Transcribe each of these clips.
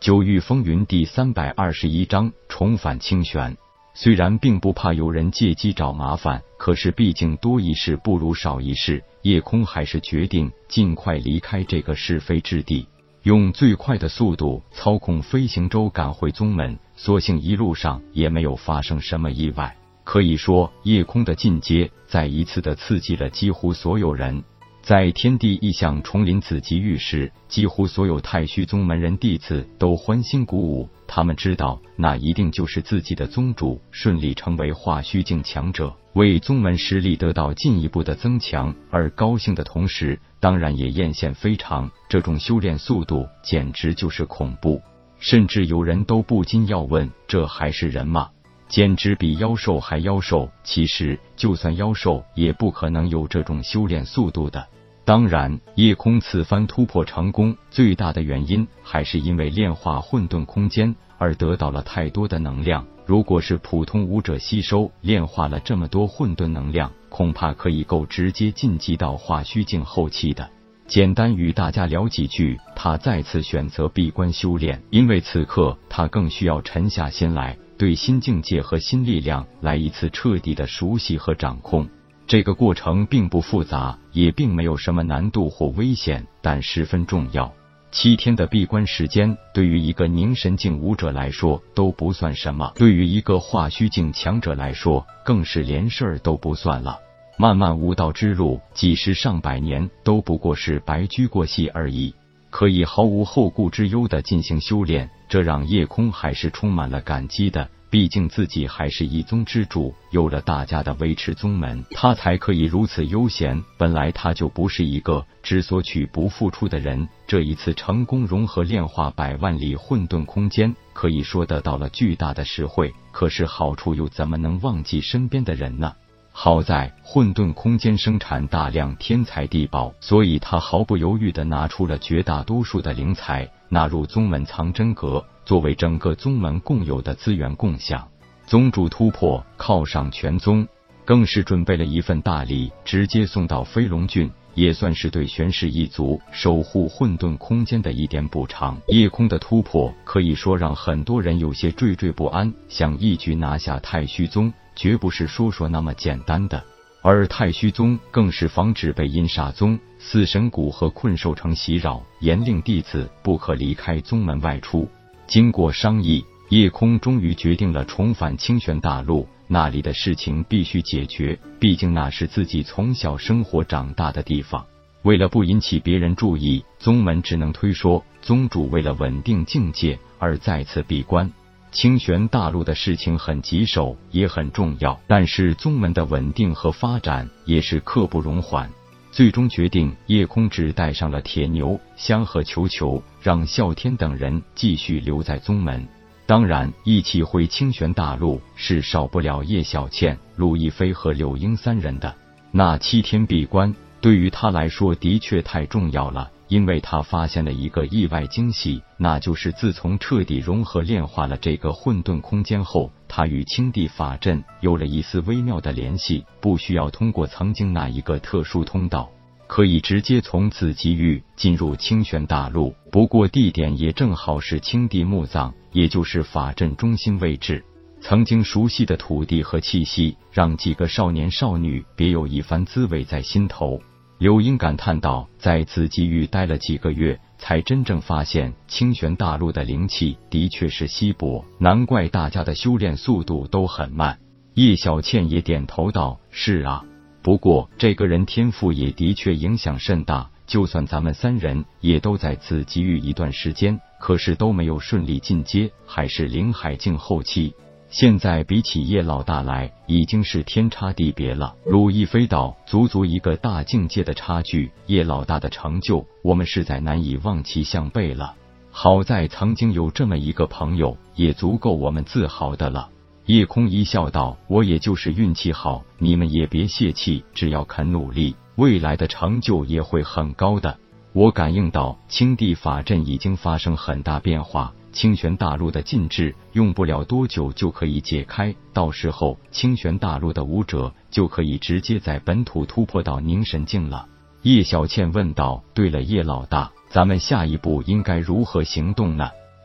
九域风云第321章重返清玄。虽然并不怕有人借机找麻烦，可是毕竟多一事不如少一事，夜空还是决定尽快离开这个是非之地，用最快的速度操控飞行舟赶回宗门。所幸一路上也没有发生什么意外，可以说夜空的进阶再一次的刺激了几乎所有人。在天地异象重临紫极域时，几乎所有太虚宗门人弟子都欢欣鼓舞，他们知道那一定就是自己的宗主顺利成为化虚境强者，为宗门实力得到进一步的增强而高兴的同时，当然也艳羡非常，这种修炼速度简直就是恐怖，甚至有人都不禁要问，这还是人吗？简直比妖兽还妖兽，其实就算妖兽也不可能有这种修炼速度的。当然，夜空此番突破成功，最大的原因还是因为炼化混沌空间而得到了太多的能量。如果是普通武者吸收炼化了这么多混沌能量，恐怕可以够直接晋级到化虚境后期的。简单与大家聊几句，他再次选择闭关修炼，因为此刻他更需要沉下心来，对新境界和新力量来一次彻底的熟悉和掌控。这个过程并不复杂，也并没有什么难度或危险，但十分重要。7天的闭关时间，对于一个凝神境武者来说都不算什么，对于一个化虚境强者来说，更是连事儿都不算了。漫漫武道之路，几十上百年都不过是白驹过隙而已，可以毫无后顾之忧地进行修炼，这让夜空还是充满了感激的。毕竟自己还是一宗之主，有了大家的维持宗门，他才可以如此悠闲。本来他就不是一个只索取不付出的人，这一次成功融合炼化100万里混沌空间，可以说得到了巨大的实惠。可是好处又怎么能忘记身边的人呢？好在混沌空间生产大量天材地宝，所以他毫不犹豫地拿出了绝大多数的灵材，纳入宗门藏真阁，作为整个宗门共有的资源共享。宗主突破，犒赏全宗，更是准备了一份大礼，直接送到飞龙郡，也算是对玄氏一族守护混沌空间的一点补偿。夜空的突破可以说让很多人有些惴惴不安，想一举拿下太虚宗绝不是说说那么简单的，而太虚宗更是防止被阴煞宗、死神谷和困兽城袭扰，严令弟子不可离开宗门外出。经过商议，夜空终于决定了重返清玄大陆，那里的事情必须解决，毕竟那是自己从小生活长大的地方。为了不引起别人注意，宗门只能推说宗主为了稳定境界而再次闭关。清玄大陆的事情很棘手，也很重要，但是宗门的稳定和发展也是刻不容缓。最终决定，夜空只带上了铁牛、香和球球，让啸天等人继续留在宗门。当然，一起回清玄大陆是少不了叶小倩、陆亦菲和柳英3人的。那7天闭关对于他来说的确太重要了，因为他发现了一个意外惊喜，那就是自从彻底融合炼化了这个混沌空间后，他与青帝法阵有了一丝微妙的联系，不需要通过曾经那一个特殊通道，可以直接从紫极域进入清玄大陆。不过地点也正好是青帝墓葬，也就是法阵中心位置。曾经熟悉的土地和气息，让几个少年少女别有一番滋味在心头。柳英感叹道，在紫极域待了几个月，才真正发现清玄大陆的灵气的确是稀薄，难怪大家的修炼速度都很慢。叶小倩也点头道，是啊，不过这个人天赋也的确影响甚大，就算咱们3人也都在紫极域一段时间，可是都没有顺利进阶，还是灵海境后期。现在比起叶老大来，已经是天差地别了。陆亦菲道，足足一个大境界的差距，叶老大的成就，我们实在难以望其项背了。好在曾经有这么一个朋友，也足够我们自豪的了。夜空一笑道，我也就是运气好，你们也别泄气，只要肯努力，未来的成就也会很高的。我感应到青帝法阵已经发生很大变化，清玄大陆的禁制用不了多久就可以解开，到时候清玄大陆的武者就可以直接在本土突破到凝神境了。叶小倩问道，对了，叶老大，咱们下一步应该如何行动呢？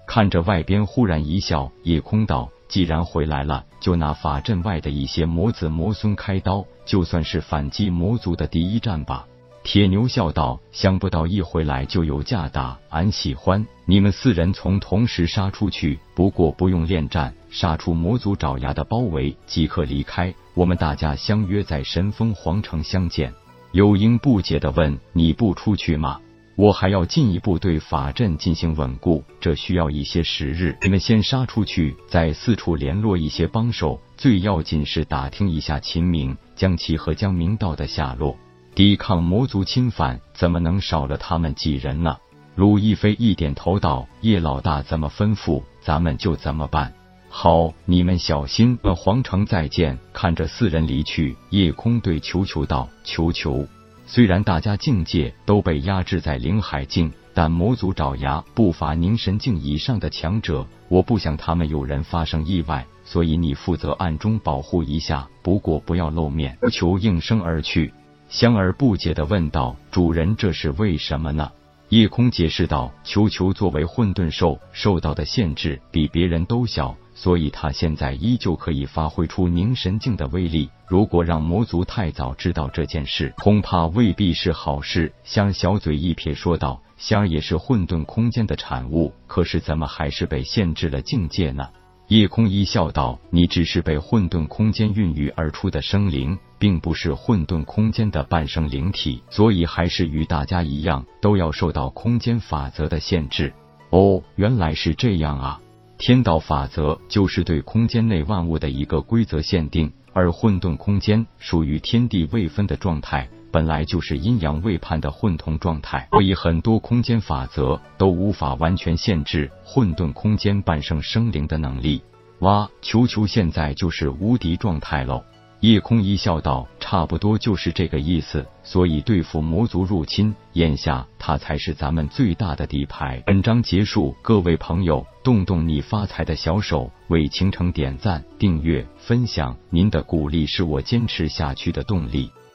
看着外边忽然一笑，叶空道：既然回来了，就拿法阵外的一些魔子魔孙开刀，就算是反击魔族的第一战吧。铁牛笑道：想不到一回来就有架打，俺喜欢。你们4人从同时杀出去，不过不用恋战，杀出魔族爪牙的包围即可离开，我们大家相约在神风皇城相见。有鹰不解地问：你不出去吗？我还要进一步对法阵进行稳固，这需要一些时日，你们先杀出去，再四处联络一些帮手，最要紧是打听一下秦明、江齐和江明道的下落。抵抗魔族侵犯，怎么能少了他们几人呢？鲁亦飞一点头道：叶老大怎么吩咐，咱们就怎么办。好，你们小心。皇城再见。看着4人离去，叶空对球球道：球球，虽然大家境界都被压制在灵海境，但魔族爪牙不乏凝神境以上的强者，我不想他们有人发生意外，所以你负责暗中保护一下，不过不要露面。球应声而去。香儿不解地问道：主人，这是为什么呢？叶空解释道：球球作为混沌兽，受到的限制比别人都小，所以他现在依旧可以发挥出凝神境的威力。如果让魔族太早知道这件事，恐怕未必是好事。香儿小嘴一撇说道：香儿也是混沌空间的产物，可是怎么还是被限制了境界呢？叶空一笑道：你只是被混沌空间孕育而出的生灵，并不是混沌空间的半生灵体，所以还是与大家一样，都要受到空间法则的限制。哦，原来是这样啊。天道法则就是对空间内万物的一个规则限定，而混沌空间属于天地未分的状态，本来就是阴阳未判的混同状态，所以很多空间法则都无法完全限制混沌空间半生生灵的能力。哇，球球现在就是无敌状态喽。叶空一笑道：差不多就是这个意思，所以对付魔族入侵，眼下他才是咱们最大的底牌。本章结束，各位朋友，动动你发财的小手，为倾城点赞、订阅、分享，您的鼓励是我坚持下去的动力。